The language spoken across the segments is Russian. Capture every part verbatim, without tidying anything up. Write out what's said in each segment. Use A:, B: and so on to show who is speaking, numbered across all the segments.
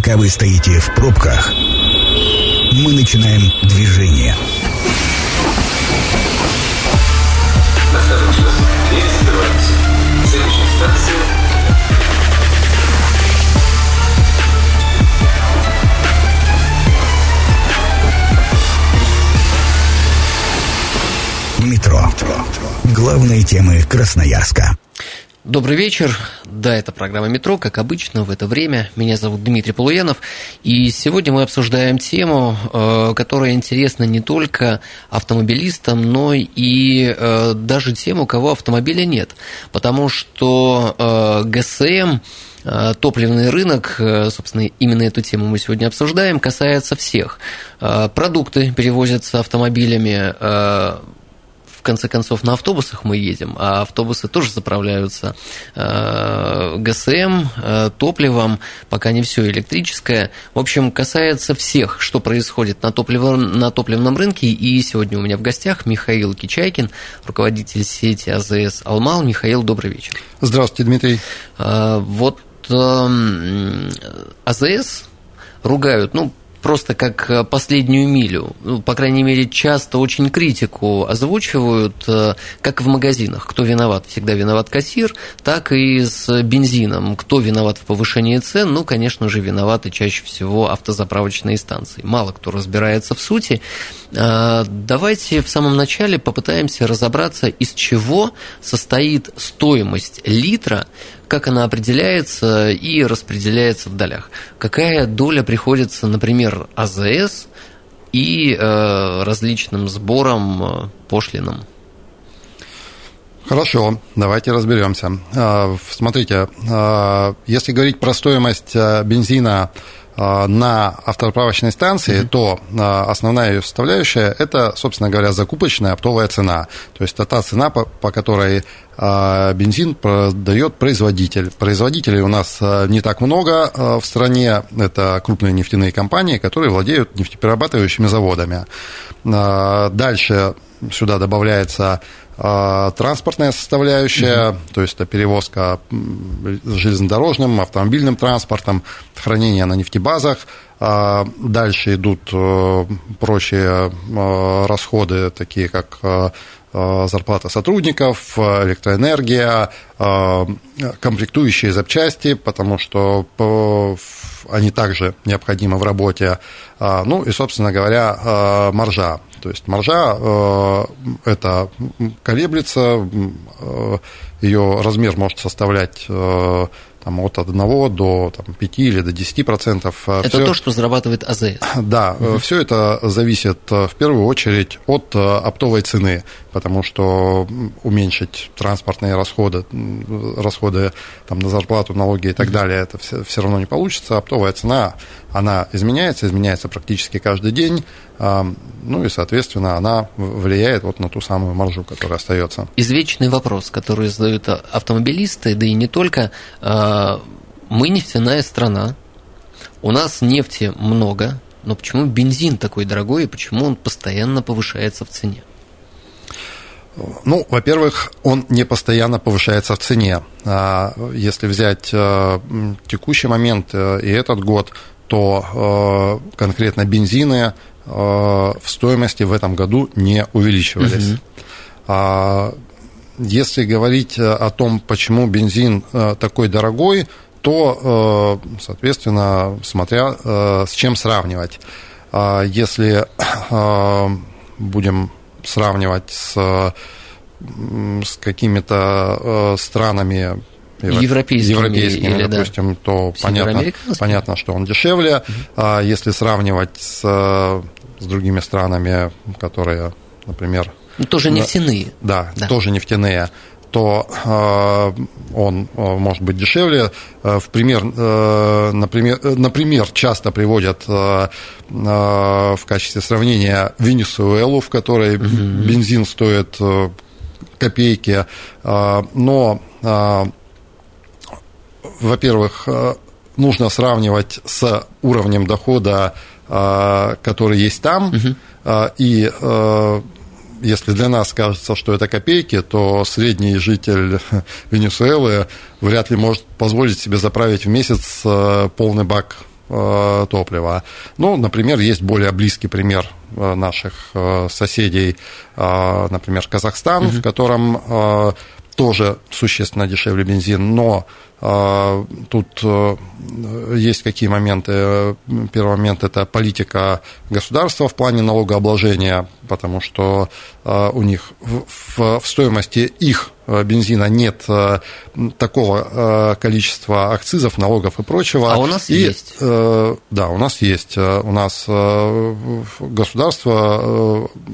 A: Пока вы стоите в пробках, мы начинаем движение.
B: Осторожно, дверь закрывается. Следующая станция.
A: Метро. Главные темы Красноярска.
C: Добрый вечер. Да, это программа «Метро», как обычно, в это время. Меня зовут Дмитрий Полуянов. И сегодня мы обсуждаем тему, которая интересна не только автомобилистам, но и даже тем, у кого автомобиля нет. Потому что ГСМ, топливный рынок, собственно, именно эту тему мы сегодня обсуждаем, касается всех. Продукты перевозятся автомобилями. В конце концов, на автобусах мы едем, а автобусы тоже заправляются э, ГСМ, э, топливом, пока не все электрическое. В общем, касается всех, что происходит на, топливо, на топливном рынке. И сегодня у меня в гостях Михаил Кичайкин, руководитель сети АЗС «Алмал». Михаил, добрый вечер.
D: Здравствуйте, Дмитрий.
C: Э, вот э, АЗС ругают, ну, просто как последнюю милю. Ну, по крайней мере, часто очень критику озвучивают, как в магазинах. Кто виноват? Всегда виноват кассир, так и с бензином. Кто виноват в повышении цен? Ну, конечно же, виноваты чаще всего автозаправочные станции. Мало кто разбирается в сути. Давайте в самом начале попытаемся разобраться, из чего состоит стоимость литра, как она определяется и распределяется в долях. Какая доля приходится, например, АЗС и э, различным сборам, пошлинам?
D: Хорошо, давайте разберемся. Смотрите, если говорить про стоимость бензина на автозаправочной станции, mm-hmm. то основная ее составляющая – это, собственно говоря, закупочная оптовая цена. То есть это та цена, по, по которой бензин продает производитель. Производителей у нас не так много в стране. Это крупные нефтяные компании, которые владеют нефтеперерабатывающими заводами. Дальше сюда добавляется транспортная составляющая, угу. то есть это перевозка железнодорожным, автомобильным транспортом, хранение на нефтебазах. Дальше идут прочие расходы, такие как зарплата сотрудников, электроэнергия, комплектующие запчасти, потому что они также необходимы в работе. Ну и, собственно говоря, маржа. То есть маржа э, это колеблется, э, ее размер может составлять э, там, от одного до там, пяти или до десяти процентов.
C: Это всё... то, что зарабатывает АЗС. Да,
D: угу. Все это зависит в первую очередь от оптовой цены, потому что уменьшить транспортные расходы, расходы там, на зарплату, налоги и так угу. далее, это все, все равно не получится. Оптовая цена, она изменяется, изменяется практически каждый день. Ну и, соответственно, она влияет вот на ту самую маржу, которая остается.
C: Извечный вопрос, который задают автомобилисты, да и не только. Мы нефтяная страна, у нас нефти много, но почему бензин такой дорогой и почему он постоянно повышается в цене?
D: Ну, во-первых, он не постоянно повышается в цене. Если взять текущий момент и этот год, то конкретно бензины в стоимости в этом году не увеличивались. Uh-huh. Если говорить о том, почему бензин такой дорогой, то, соответственно, смотря с чем сравнивать. Если будем сравнивать с, с какими-то странами
C: европейскими,
D: европейскими
C: или,
D: допустим,
C: да,
D: то понятно, понятно, что он дешевле. Uh-huh. Если сравнивать с, с другими странами, которые, например...
C: Тоже нефтяные.
D: Да, да. тоже нефтяные, то э, он может быть дешевле. В пример, э, например, например, часто приводят э, э, в качестве сравнения Венесуэлу, в которой uh-huh. бензин стоит э, копейки, э, но... Э, Во-первых, нужно сравнивать с уровнем дохода, который есть там, uh-huh. и если для нас кажется, что это копейки, то средний житель Венесуэлы вряд ли может позволить себе заправить в месяц полный бак топлива. Ну, например, есть более близкий пример наших соседей, например, Казахстан, угу. в котором тоже существенно дешевле бензин, но э, тут э, есть какие моменты. Первый момент – это политика государства в плане налогообложения, потому что э, у них в, в, в стоимости их бензина нет э, такого э, количества акцизов, налогов и прочего.
C: А у нас
D: и,
C: есть.
D: Э, да, у нас есть. У нас э, государство э,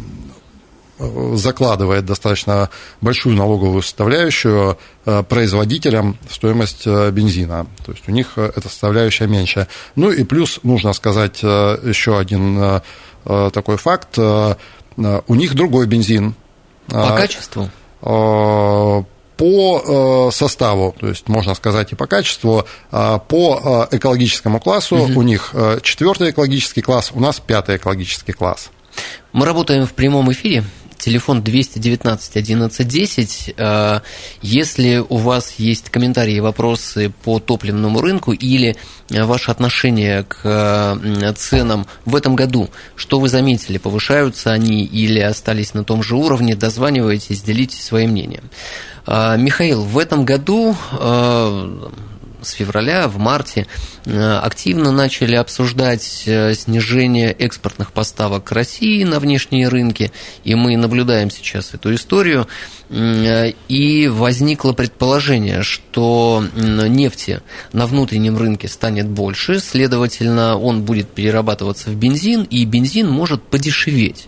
D: закладывает достаточно большую налоговую составляющую производителям в стоимость бензина. То есть у них эта составляющая меньше. Ну и плюс нужно сказать еще один такой факт. У них другой бензин.
C: По качеству?
D: По составу, то есть можно сказать и по качеству, по экологическому классу угу. у них четвертый экологический класс, у нас пятый экологический класс.
C: Мы работаем в прямом эфире. Телефон двести девятнадцать одиннадцать десять. Если у вас есть комментарии и вопросы по топливному рынку или ваше отношение к ценам в этом году, что вы заметили, повышаются они или остались на том же уровне, дозванивайтесь, делитесь своим мнением. Михаил, в этом году с февраля, в марте активно начали обсуждать снижение экспортных поставок к России на внешние рынки, и мы наблюдаем сейчас эту историю, и возникло предположение, что нефти на внутреннем рынке станет больше, следовательно, он будет перерабатываться в бензин, и бензин может подешеветь.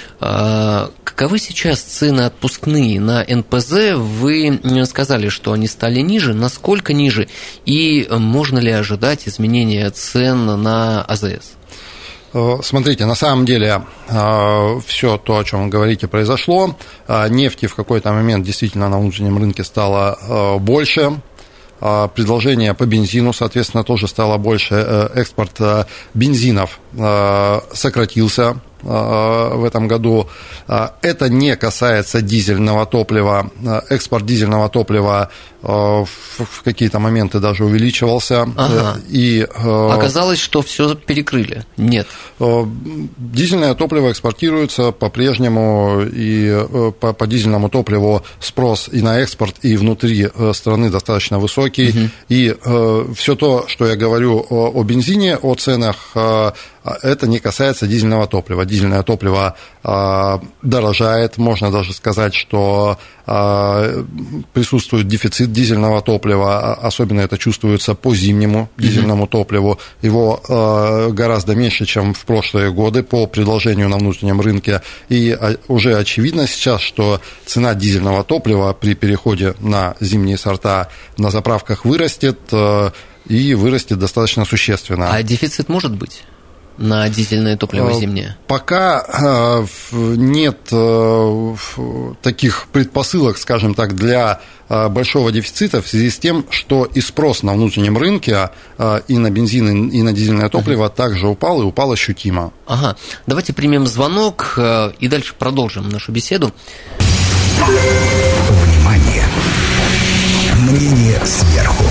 C: Каковы сейчас цены отпускные на эн пэ зэ? Вы сказали, что они стали ниже. Насколько ниже? И можно ли ожидать изменения цен на а зэ эс?
D: Смотрите, на самом деле все то, о чем вы говорите, произошло. Нефти в какой-то момент действительно на внутреннем рынке стало больше. Предложение по бензину, соответственно, тоже стало больше. Экспорт бензинов сократился в этом году. Это не касается дизельного топлива. Экспорт дизельного топлива в какие-то моменты даже увеличивался.
C: Ага.
D: И
C: оказалось, что все перекрыли. Нет.
D: Дизельное топливо экспортируется по-прежнему, и по, по дизельному топливу спрос и на экспорт, и внутри страны достаточно высокий. Угу. И все то, что я говорю о, о бензине, о ценах, это не касается дизельного топлива. Дизельное топливо э, дорожает, можно даже сказать, что э, присутствует дефицит дизельного топлива, особенно это чувствуется по зимнему дизельному mm-hmm. топливу. Его э, гораздо меньше, чем в прошлые годы по предложению на внутреннем рынке. И уже очевидно сейчас, что цена дизельного топлива при переходе на зимние сорта на заправках вырастет, э, и вырастет достаточно существенно.
C: А дефицит может быть на дизельное топливо зимнее?
D: Пока нет таких предпосылок, скажем так, для большого дефицита в связи с тем, что и спрос на внутреннем рынке и на бензин, и на дизельное топливо uh-huh. также упал, и упал ощутимо.
C: Ага. Давайте примем звонок и дальше продолжим нашу беседу.
A: Внимание! Мнение сверху.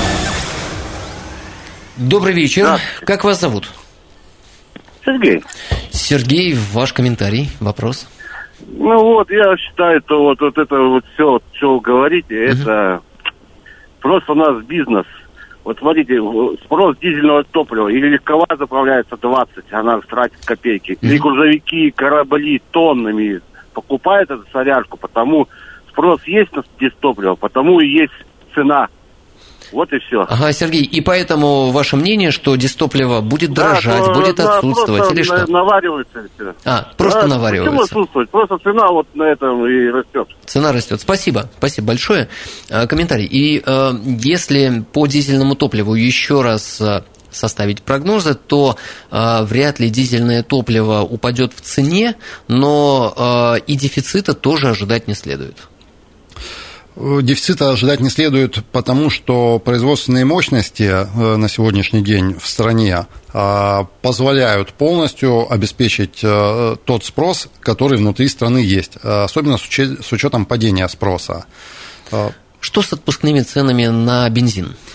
C: Добрый вечер. Да. Как вас зовут?
E: Сергей.
C: Сергей, ваш комментарий, вопрос.
E: Ну вот, я считаю, что вот, вот это вот все, что вы говорите, uh-huh. это просто у нас бизнес. Вот смотрите, спрос дизельного топлива, или легковая заправляется двадцать, она тратит копейки, uh-huh. или грузовики, корабли тоннами покупают эту солярку, потому спрос есть на дизтопливо, потому и есть цена. Вот и все.
C: Ага, Сергей, и поэтому ваше мнение, что дистопливо будет дорожать, да, будет да, отсутствовать, или что?
E: Наваривается все.
C: А, просто да, наваривается.
E: Почему отсутствовать? Просто цена вот на этом и растет.
C: Цена растет. Спасибо, спасибо большое. Комментарий. И э, если по дизельному топливу еще раз составить прогнозы, то э, вряд ли дизельное топливо упадет в цене, но э, и дефицита тоже ожидать не следует.
D: Дефицита ожидать не следует, потому что производственные мощности на сегодняшний день в стране позволяют полностью обеспечить тот спрос, который внутри страны есть, особенно с учетом падения спроса.
C: Что с отпускными ценами на бензин?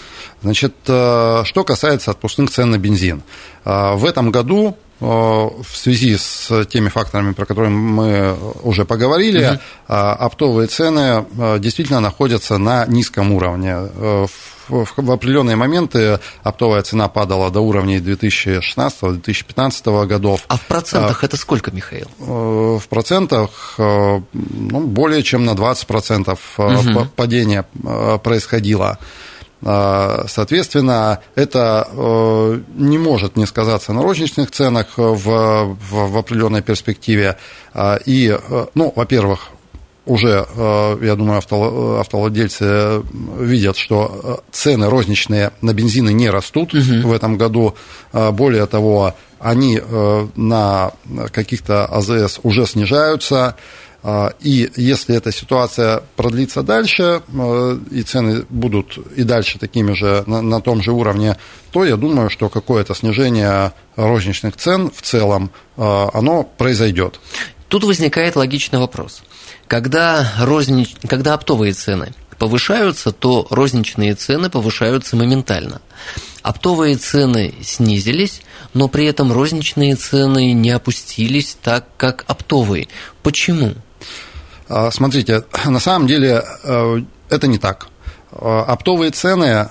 D: Значит, что касается отпускных цен на бензин. В этом году в связи с теми факторами, про которые мы уже поговорили, угу. оптовые цены действительно находятся на низком уровне. В определенные моменты оптовая цена падала до уровней две тысячи шестнадцатого - две тысячи пятнадцатого годов.
C: А в процентах а, это сколько, Михаил?
D: В процентах ну, более чем на двадцать процентов угу. падение происходило. Соответственно, это не может не сказаться на розничных ценах в, в, в определенной перспективе. И, ну, во-первых, уже, я думаю, авто, автовладельцы видят, что цены розничные на бензины не растут угу. в этом году. Более того, они на каких-то АЗС уже снижаются. И если эта ситуация продлится дальше, и цены будут и дальше такими же, на, на том же уровне, то я думаю, что какое-то снижение розничных цен в целом, оно произойдет.
C: Тут возникает логичный вопрос. Когда, рознич... Когда оптовые цены повышаются, то розничные цены повышаются моментально. Оптовые цены снизились, но при этом розничные цены не опустились так, как оптовые. Почему?
D: Смотрите, на самом деле это не так. Оптовые цены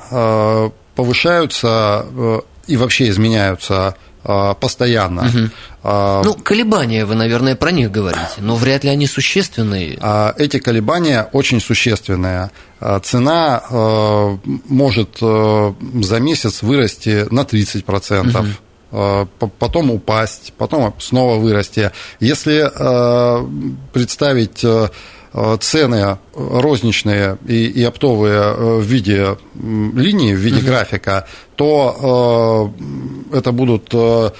D: повышаются и вообще изменяются постоянно.
C: Угу. Ну, колебания, вы, наверное, про них говорите, но вряд ли они существенные.
D: Эти колебания очень существенные. Цена может за месяц вырасти на тридцать процентов. Угу. Потом упасть, потом снова вырасти. Если представить цены розничные и, и оптовые в виде линии, в виде uh-huh. графика, то это будут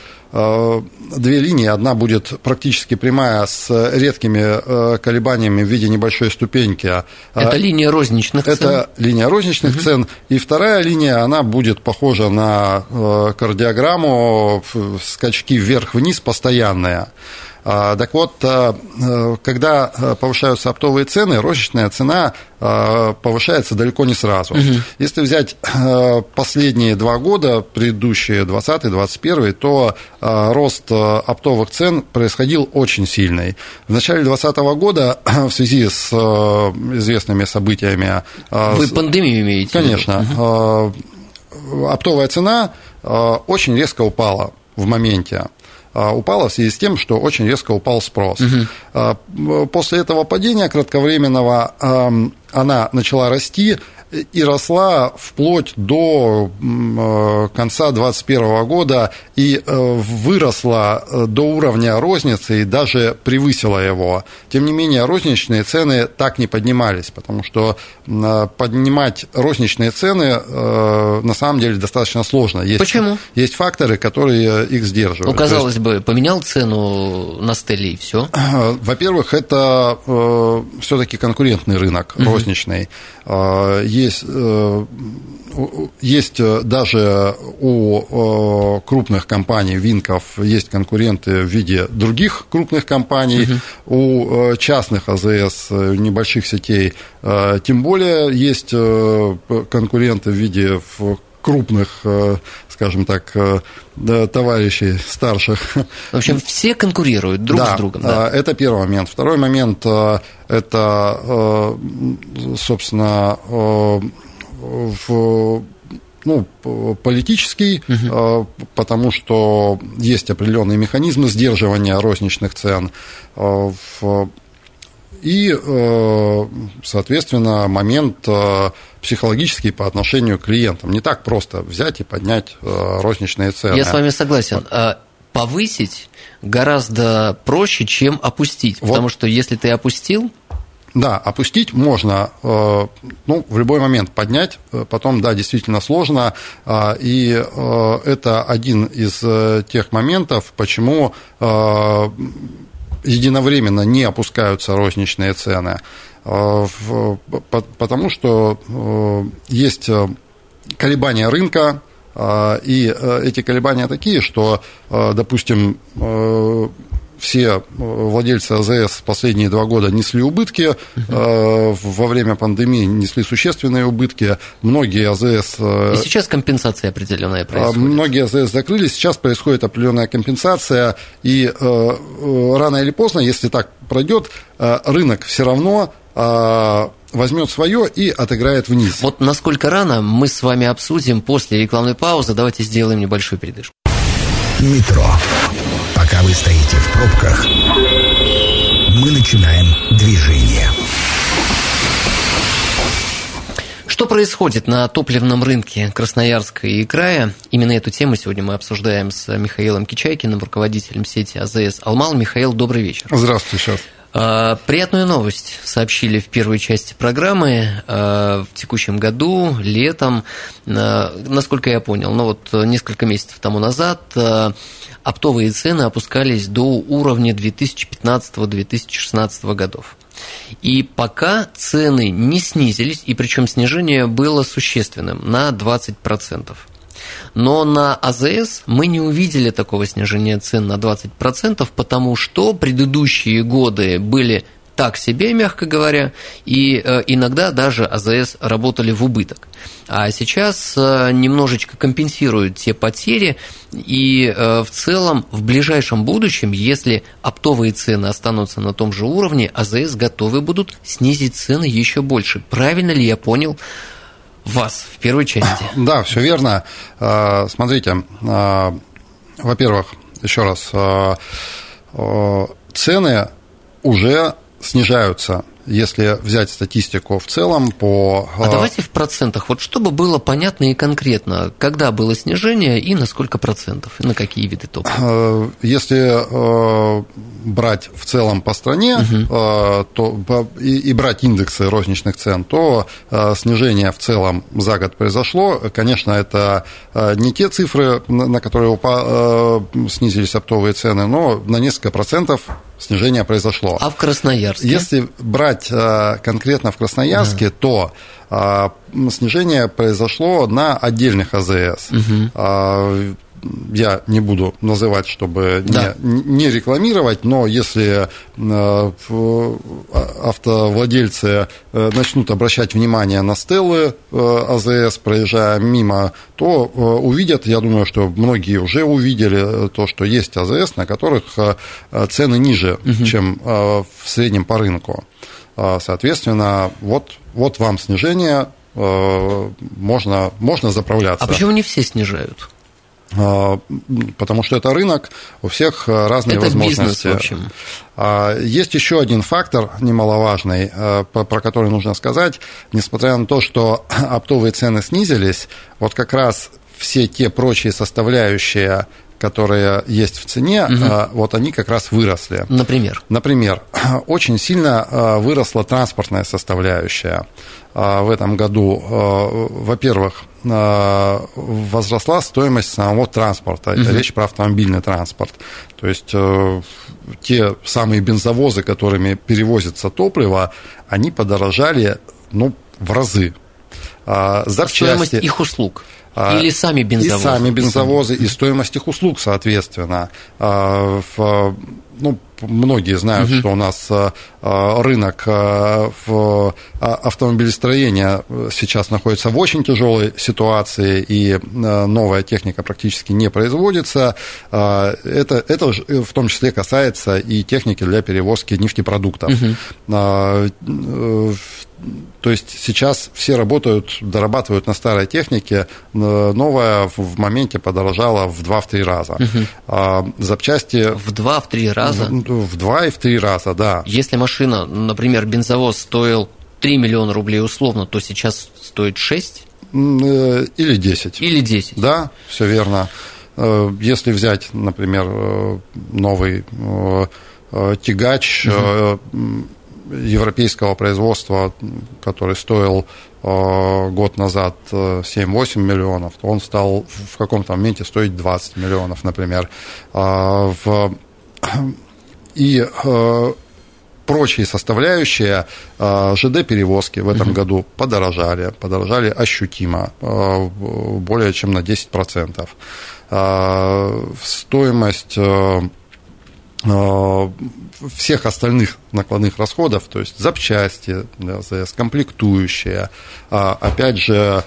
D: две линии. Одна будет практически прямая с редкими колебаниями в виде небольшой ступеньки.
C: Это линия розничных
D: это
C: цен?
D: Это линия розничных uh-huh. цен. И вторая линия, она будет похожа на кардиограмму, скачки вверх-вниз постоянные. Так вот, когда повышаются оптовые цены, розничная цена повышается далеко не сразу. Угу. Если взять последние два года, предыдущие двадцатый - двадцать первый, то рост оптовых цен происходил очень сильный. В начале двадцатого года в связи с известными событиями...
C: Вы пандемию имеете?
D: Конечно. Угу. Оптовая цена очень резко упала в моменте. Упала в связи с тем, что очень резко упал спрос. Угу. После этого падения кратковременного она начала расти и росла вплоть до конца двадцать первого года и выросла до уровня розницы и даже превысила его. Тем не менее, розничные цены так не поднимались, потому что поднимать розничные цены на самом деле достаточно сложно. Есть,
C: Почему?
D: Есть факторы, которые их сдерживают.
C: Ну, казалось есть, бы, поменял цену на стеле и все.
D: Во-первых, это все-таки конкурентный рынок, угу. розничный. Есть, есть даже у крупных компаний, Винков, есть конкуренты в виде других крупных компаний, угу. у частных АЗС, небольших сетей, тем более есть конкуренты в виде крупных, скажем так, товарищей старших.
C: В общем, все конкурируют друг
D: да,
C: с другом. Да,
D: это первый момент. Второй момент – это, собственно, в, ну, политический, угу. потому что есть определенные механизмы сдерживания розничных цен. И, соответственно, момент психологический по отношению к клиентам. Не так просто взять и поднять розничные цены.
C: Я с вами согласен. Повысить гораздо проще, чем опустить. Вот. Потому что если ты опустил...
D: Да, опустить можно, ну, в любой момент поднять, потом, да, действительно сложно, и это один из тех моментов, почему единовременно не опускаются розничные цены, потому что есть колебания рынка, и эти колебания такие, что, допустим, все владельцы АЗС последние два года несли убытки, uh-huh. во время пандемии несли существенные убытки, многие АЗС...
C: И сейчас компенсация определенная происходит.
D: Многие АЗС закрылись, сейчас происходит определенная компенсация, и рано или поздно, если так пройдет, рынок все равно возьмет свое и отыграет вниз.
C: Вот насколько рано, мы с вами обсудим после рекламной паузы. Давайте сделаем небольшую передышку.
A: Метро. Пока вы стоите в пробках, мы начинаем движение.
C: Что происходит на топливном рынке Красноярска и края? Именно эту тему сегодня мы обсуждаем с Михаилом Кичайкиным, руководителем сети АЗС «Алмал». Михаил, добрый вечер.
D: Здравствуйте, сейчас.
C: Приятную новость сообщили в первой части программы. В текущем году, летом, насколько я понял, ну вот несколько месяцев тому назад оптовые цены опускались до уровня две тысячи пятнадцатого - две тысячи шестнадцатого годов. И пока цены не снизились, и причем снижение было существенным, на двадцать процентов. Но на АЗС мы не увидели такого снижения цен на двадцать процентов, потому что предыдущие годы были так себе, мягко говоря, и иногда даже АЗС работали в убыток. А сейчас немножечко компенсируют те потери, и в целом в ближайшем будущем, если оптовые цены останутся на том же уровне, АЗС готовы будут снизить цены еще больше. Правильно ли я понял вас в первой части?
D: Да, все верно. Смотрите, во-первых, еще раз, цены уже снижаются, если взять статистику в целом по...
C: А давайте в процентах, вот чтобы было понятно и конкретно, когда было снижение и на сколько процентов, и на какие виды топлива?
D: Если брать в целом по стране, угу. то, и, и брать индексы розничных цен, то снижение в целом за год произошло. Конечно, это не те цифры, на которые снизились оптовые цены, но на несколько процентов снижение произошло.
C: А в Красноярске?
D: Если брать конкретно в Красноярске, да. то снижение произошло на отдельных АЗС. Угу. Я не буду называть, чтобы да. не, не рекламировать, но если автовладельцы начнут обращать внимание на стеллы АЗС, проезжая мимо, то увидят, я думаю, что многие уже увидели то, что есть АЗС, на которых цены ниже, угу. чем в среднем по рынку. Соответственно, вот, вот вам снижение, можно, можно заправляться.
C: А почему не все снижают?
D: Потому что это рынок, у всех разные
C: это
D: возможности.
C: Бизнес, в общем.
D: Есть еще один фактор немаловажный, про который нужно сказать. Несмотря на то, что оптовые цены снизились, вот как раз все те прочие составляющие, которые есть в цене, угу. вот они как раз выросли.
C: Например?
D: Например, очень сильно выросла транспортная составляющая в этом году. Во-первых, возросла стоимость самого транспорта. Угу. Речь про автомобильный транспорт. То есть те самые бензовозы, которыми перевозится топливо, они подорожали, ну, в разы. Запчасти...
C: Стоимость их услуг. Или сами бензовозы?
D: И сами бензовозы, и стоимость их услуг, соответственно. В, ну, многие знают, угу. что у нас рынок в автомобилестроения сейчас находится в очень тяжелой ситуации, и новая техника практически не производится. Это, это в том числе касается и техники для перевозки нефтепродуктов. Угу. То есть сейчас все работают, дорабатывают на старой технике, новая в моменте подорожала в два-три раза. Угу. Запчасти...
C: В два-три раза?
D: В два и в три раза, да.
C: Если машина, например, бензовоз стоил три миллиона рублей условно, то сейчас стоит шесть?
D: Или десять.
C: Или десять.
D: Да, все верно. Если взять, например, новый тягач... Угу. европейского производства, который стоил э, год назад семь-восемь миллионов, то он стал в каком-то моменте стоить двадцать миллионов, например. Э, в, и э, прочие составляющие э, ЖД-перевозки в этом uh-huh. году подорожали, подорожали ощутимо, э, более чем на десять процентов. Э, стоимость... Э, всех остальных накладных расходов, то есть запчасти для АЗС, комплектующие, опять же,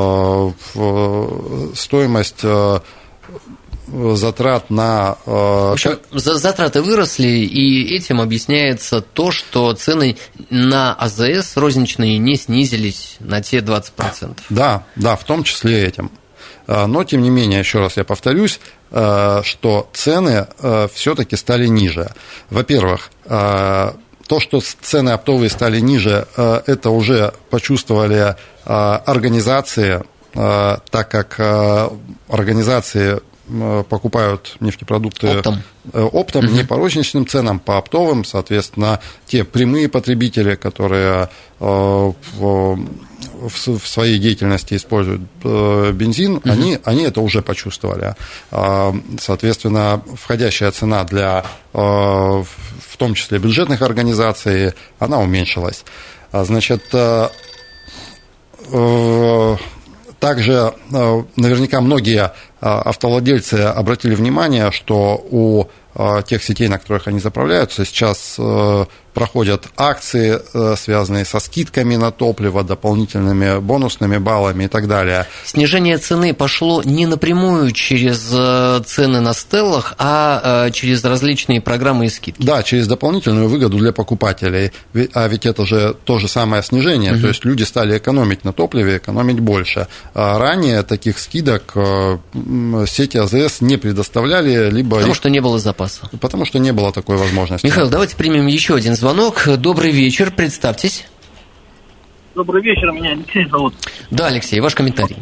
D: стоимость затрат на...
C: В общем, затраты выросли, и этим объясняется то, что цены на АЗС розничные не снизились на те двадцать процентов.
D: Да, да, в том числе этим. Но, тем не менее, еще раз я повторюсь, что цены все-таки стали ниже. Во-первых, то, что цены оптовые стали ниже, это уже почувствовали организации, так как организации покупают нефтепродукты оптом, оптом угу. не по розничным ценам, по оптовым, соответственно, те прямые потребители, которые в своей деятельности используют бензин, угу. они, они это уже почувствовали. Соответственно, входящая цена для, в том числе, бюджетных организаций, она уменьшилась. Значит, также наверняка многие автовладельцы обратили внимание, что у тех сетей, на которых они заправляются, сейчас проходят акции, связанные со скидками на топливо, дополнительными бонусными баллами и так далее.
C: Снижение цены пошло не напрямую через цены на стеллах, а через различные программы и скидки.
D: Да, через дополнительную выгоду для покупателей. А ведь это же то же самое снижение, угу. то есть люди стали экономить на топливе, экономить больше. А ранее таких скидок сети АЗС не предоставляли, либо...
C: Потому что не было запаса.
D: Потому что не было такой возможности.
C: Михаил, давайте примем еще один звонок. Добрый вечер, представьтесь.
F: Добрый вечер, меня Алексей зовут.
C: Да, Алексей, ваш комментарий.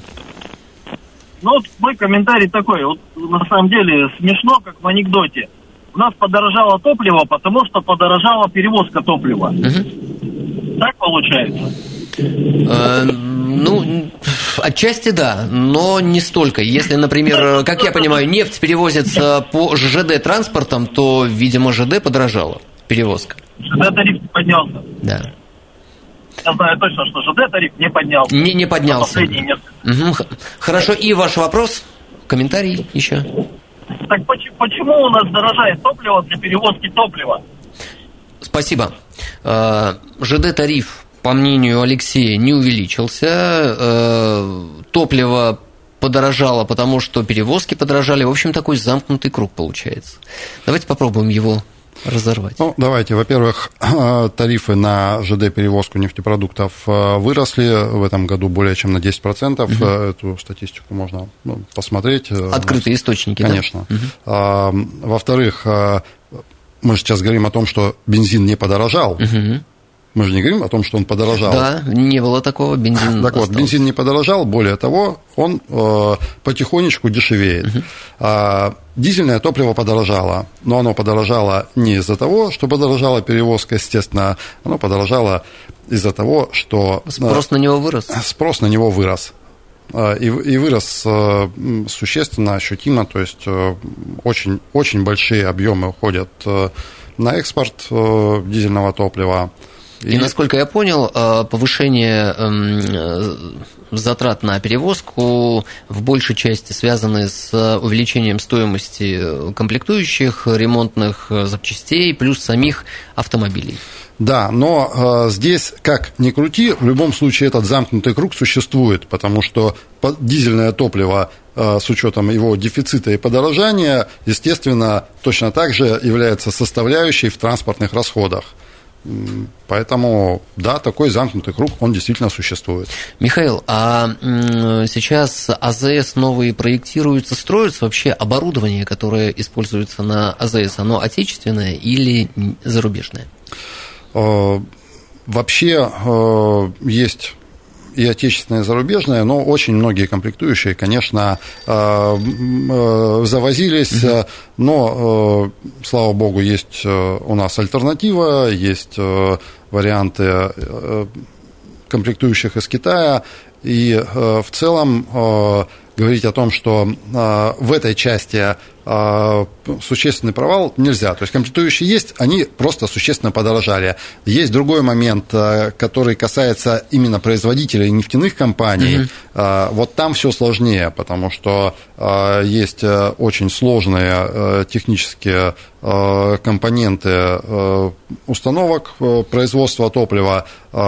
F: Ну вот мой комментарий такой, вот на самом деле смешно, как в анекдоте. У нас подорожало топливо, потому что подорожала перевозка топлива. Угу. Так получается?
C: Э, ну, отчасти да, но не столько. Если, например, как я понимаю, нефть перевозится по ЖД-транспортам, то, видимо, ЖД подорожала, перевозка.
F: ЖД-тариф поднялся.
C: Да.
F: Я знаю точно, что ЖД-тариф не поднялся.
C: Не, не поднялся. Угу. Хорошо, и ваш вопрос, комментарий еще.
F: Так почему у нас дорожает топливо для перевозки топлива?
C: Спасибо. ЖД-тариф, по мнению Алексея, не увеличился. Топливо подорожало, потому что перевозки подорожали. В общем, такой замкнутый круг получается. Давайте попробуем его разорвать.
D: Ну, давайте. Во-первых, тарифы на ЖД-перевозку нефтепродуктов выросли в этом году более чем на десять процентов. Угу. Эту статистику можно ну, посмотреть.
C: Открытые источники,
D: конечно.
C: Да?
D: Угу. Во-вторых, мы сейчас говорим о том, что бензин не подорожал. Угу. Мы же не говорим о том, что он подорожал.
C: Да, не было такого, бензин
D: Так вот, бензин не подорожал, более того, он э, потихонечку дешевеет. Uh-huh. А, дизельное топливо подорожало, но оно подорожало не из-за того, что подорожала перевозка, естественно, оно подорожало из-за того, что...
C: Спрос э, на него вырос.
D: Спрос на него вырос. Э, и, и вырос э, существенно, ощутимо, то есть э, очень, очень большие объемы уходят э, на экспорт э, дизельного топлива.
C: И, и, насколько я понял, повышение затрат на перевозку в большей части связаны с увеличением стоимости комплектующих, ремонтных запчастей, плюс самих автомобилей.
D: Да, но здесь, как ни крути, в любом случае этот замкнутый круг существует, потому что дизельное топливо с учетом его дефицита и подорожания, естественно, точно так же является составляющей в транспортных расходах. Поэтому, да, такой замкнутый круг, он действительно существует.
C: Михаил, а сейчас АЗС новые проектируются, строятся? Вообще оборудование, которое используется на АЗС, оно отечественное или зарубежное?
D: Вообще есть и отечественное, и зарубежное, но очень многие комплектующие, конечно, завозились, угу. но, слава богу, есть у нас альтернатива, есть варианты комплектующих из Китая, и в целом говорить о том, что в этой части существенный провал нельзя. То есть комплектующие есть, они просто существенно подорожали. Есть другой момент, который касается именно производителей нефтяных компаний. Mm-hmm. Вот там все сложнее, потому что есть очень сложные технические компоненты установок производства топлива,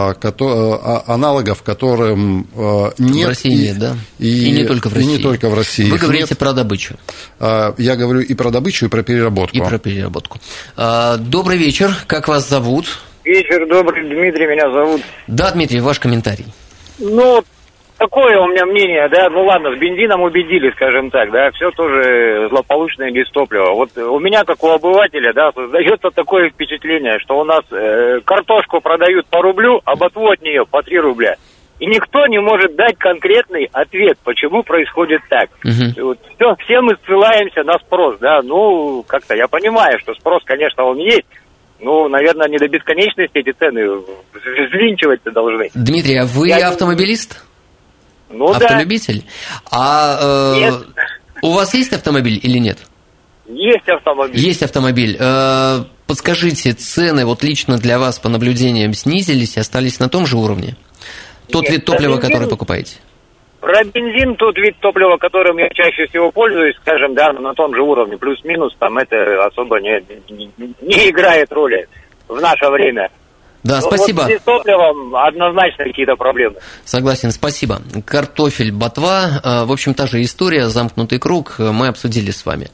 D: аналогов которым нет.
C: В России нет, да?
D: И,
C: и не только в России.
D: И не только в России.
C: Вы говорите
D: нет.
C: про добычу.
D: Я говорю и про добычу, и про переработку.
C: И про переработку. Добрый вечер. Как вас зовут?
G: Вечер добрый. Дмитрий меня зовут.
C: Да, Дмитрий, ваш комментарий.
G: Ну, такое у меня мнение, да, ну ладно, с бензином убедили, скажем так, да, все тоже злополучное без топлива. Вот у меня, как у обывателя, да, создается такое впечатление, что у нас э, картошку продают по рублю, а ботву от нее по три рубля. И никто не может дать конкретный ответ, почему происходит так. Uh-huh. Вот, все, все мы ссылаемся на спрос, да, ну, как-то я понимаю, что спрос, конечно, он есть, ну, наверное, не до бесконечности эти цены взвинчивать-то должны.
C: Дмитрий, а вы я... автомобилист?
G: Ну,
C: автолюбитель? Да. А э, у вас есть автомобиль или нет?
G: Есть автомобиль.
C: Есть автомобиль. Э, подскажите, цены вот лично для вас по наблюдениям снизились и остались на том же уровне? Тот Нет, вид топлива, бензин, который покупаете?
G: Про бензин, тот вид топлива, которым я чаще всего пользуюсь, скажем, да, на том же уровне, плюс-минус, там это особо не, не, не играет роли в наше время.
C: Да,
G: но
C: спасибо.
G: Вот с топливом однозначно какие-то проблемы.
C: Согласен, спасибо. Картофель, ботва, в общем, та же история, замкнутый круг, мы обсудили с вами.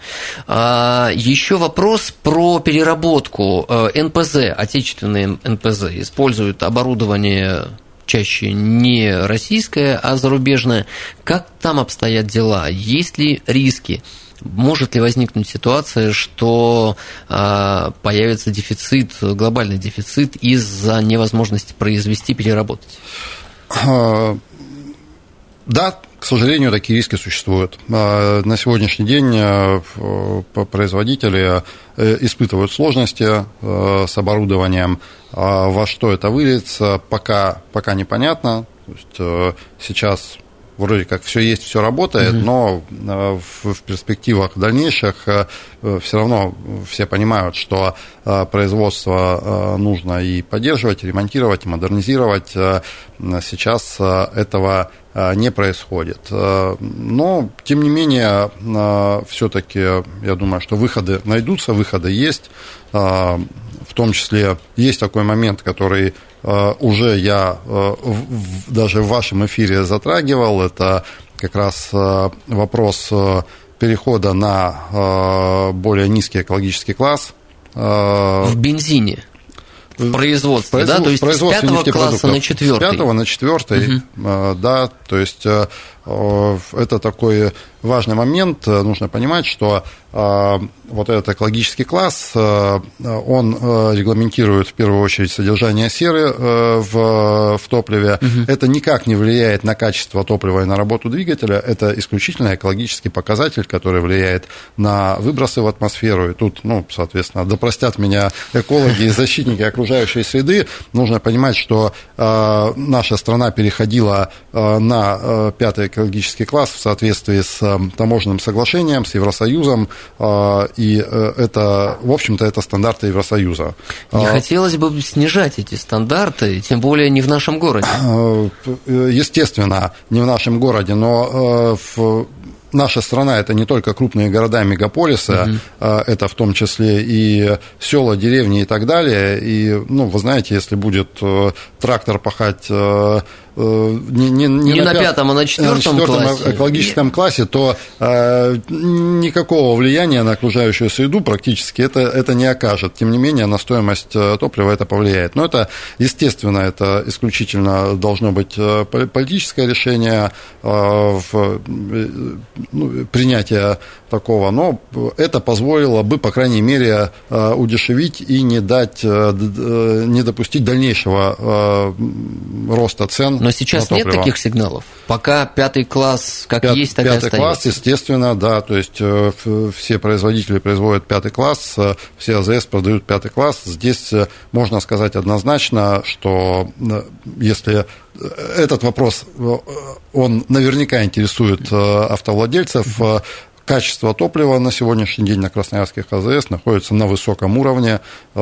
C: Еще вопрос про переработку. эн пэ зэ, отечественные эн пэ зэ, используют оборудование чаще не российское, а зарубежное. Как там обстоят дела? Есть ли риски? Может ли возникнуть ситуация, что э, появится дефицит, глобальный дефицит из-за невозможности произвести, переработать?
D: Да, к сожалению, такие риски существуют. На сегодняшний день производители испытывают сложности с оборудованием. Во что это выльется, пока, пока непонятно. То есть сейчас вроде как все есть, все работает, mm-hmm. но в, в перспективах дальнейших все равно все понимают, что производство нужно и поддерживать, и ремонтировать, и модернизировать. Сейчас этого не происходит. Но, тем не менее, все-таки, я думаю, что выходы найдутся, выходы есть. В том числе есть такой момент, который уже я даже в вашем эфире затрагивал. Это как раз вопрос перехода на более низкий экологический класс.
C: В бензине? В производстве, да? То есть с пятого класса на четвертый?
D: С пятого на четвертый, угу. Да. То есть это такой важный момент. Нужно понимать, что вот этот экологический класс, он регламентирует в первую очередь содержание серы в, в топливе. Угу. Это никак не влияет на качество топлива и на работу двигателя. Это исключительно экологический показатель, который влияет на выбросы в атмосферу. И тут, ну, соответственно, да простят меня экологи и защитники окружающей среды. Нужно понимать, что наша страна переходила на пятый экологический класс в соответствии с таможенным соглашением, с Евросоюзом, и это, в общем-то, это стандарты Евросоюза.
C: Не хотелось бы снижать эти стандарты, тем более не в нашем городе.
D: Естественно, не в нашем городе, но в... Наша страна – это не только крупные города, мегаполисы, uh-huh. это в том числе и села, деревни и так далее. И, ну, вы знаете, если будет трактор пахать не, не, не,
C: не на,
D: на
C: пятом, а на четвертом,
D: на четвертом
C: классе.
D: экологическом Нет. классе, то э, никакого влияния на окружающую среду практически это, это не окажет. Тем не менее, на стоимость топлива это повлияет. Но это, естественно, это исключительно должно быть политическое решение, э, в, ну, принятие такого, но это позволило бы, по крайней мере, удешевить и не дать, не допустить дальнейшего роста цен.
C: Но сейчас нет таких сигналов. Пока пятый класс как
D: Пят,
C: есть, так и остается.
D: Пятый класс, естественно, да, то есть все производители производят пятый класс, все АЗС продают пятый класс. Здесь можно сказать однозначно, что если этот вопрос, он наверняка интересует автовладельцев, качество топлива на сегодняшний день на Красноярских АЗС находится на высоком уровне,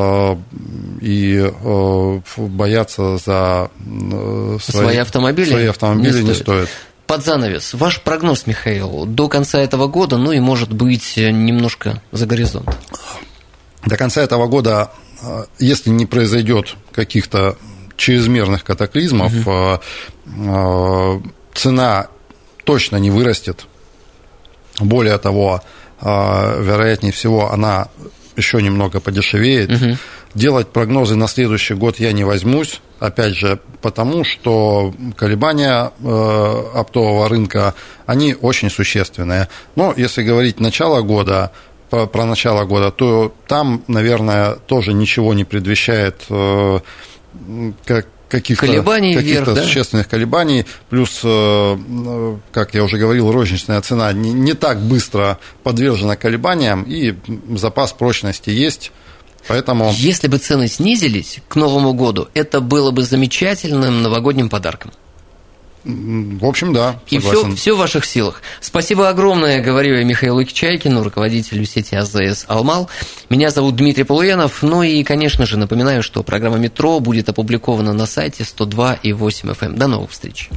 D: и бояться за свои,
C: свои автомобили,
D: свои автомобили не,
C: не
D: стоит. стоит.
C: Под занавес, ваш прогноз, Михаил, до конца этого года, ну и, может быть, немножко за горизонт?
D: До конца этого года, если не произойдет каких-то чрезмерных катаклизмов, угу. цена точно не вырастет. Более того, вероятнее всего, она еще немного подешевеет. Угу. Делать прогнозы на следующий год я не возьмусь, опять же, потому что колебания оптового рынка, они очень существенные. Но если говорить начало года, про начало года, то там, наверное, тоже ничего не предвещает как каких-то,
C: колебаний
D: каких-то
C: вверх,
D: существенных да? колебаний, плюс, как я уже говорил, розничная цена не, не так быстро подвержена колебаниям, и запас прочности есть, поэтому...
C: Если бы цены снизились к Новому году, это было бы замечательным новогодним подарком.
D: В общем, да,
C: и все, все в ваших силах. Спасибо огромное, говорю я Михаилу Чайкину, руководителю сети АЗС «Алмал». Меня зовут Дмитрий Полуянов. Ну и, конечно же, напоминаю, что программа «Метро» будет опубликована на сайте сто два и восемь эф эм. До новых встреч.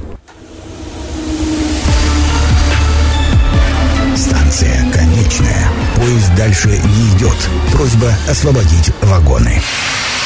A: Станция конечная. Поезд дальше не идет. Просьба освободить вагоны.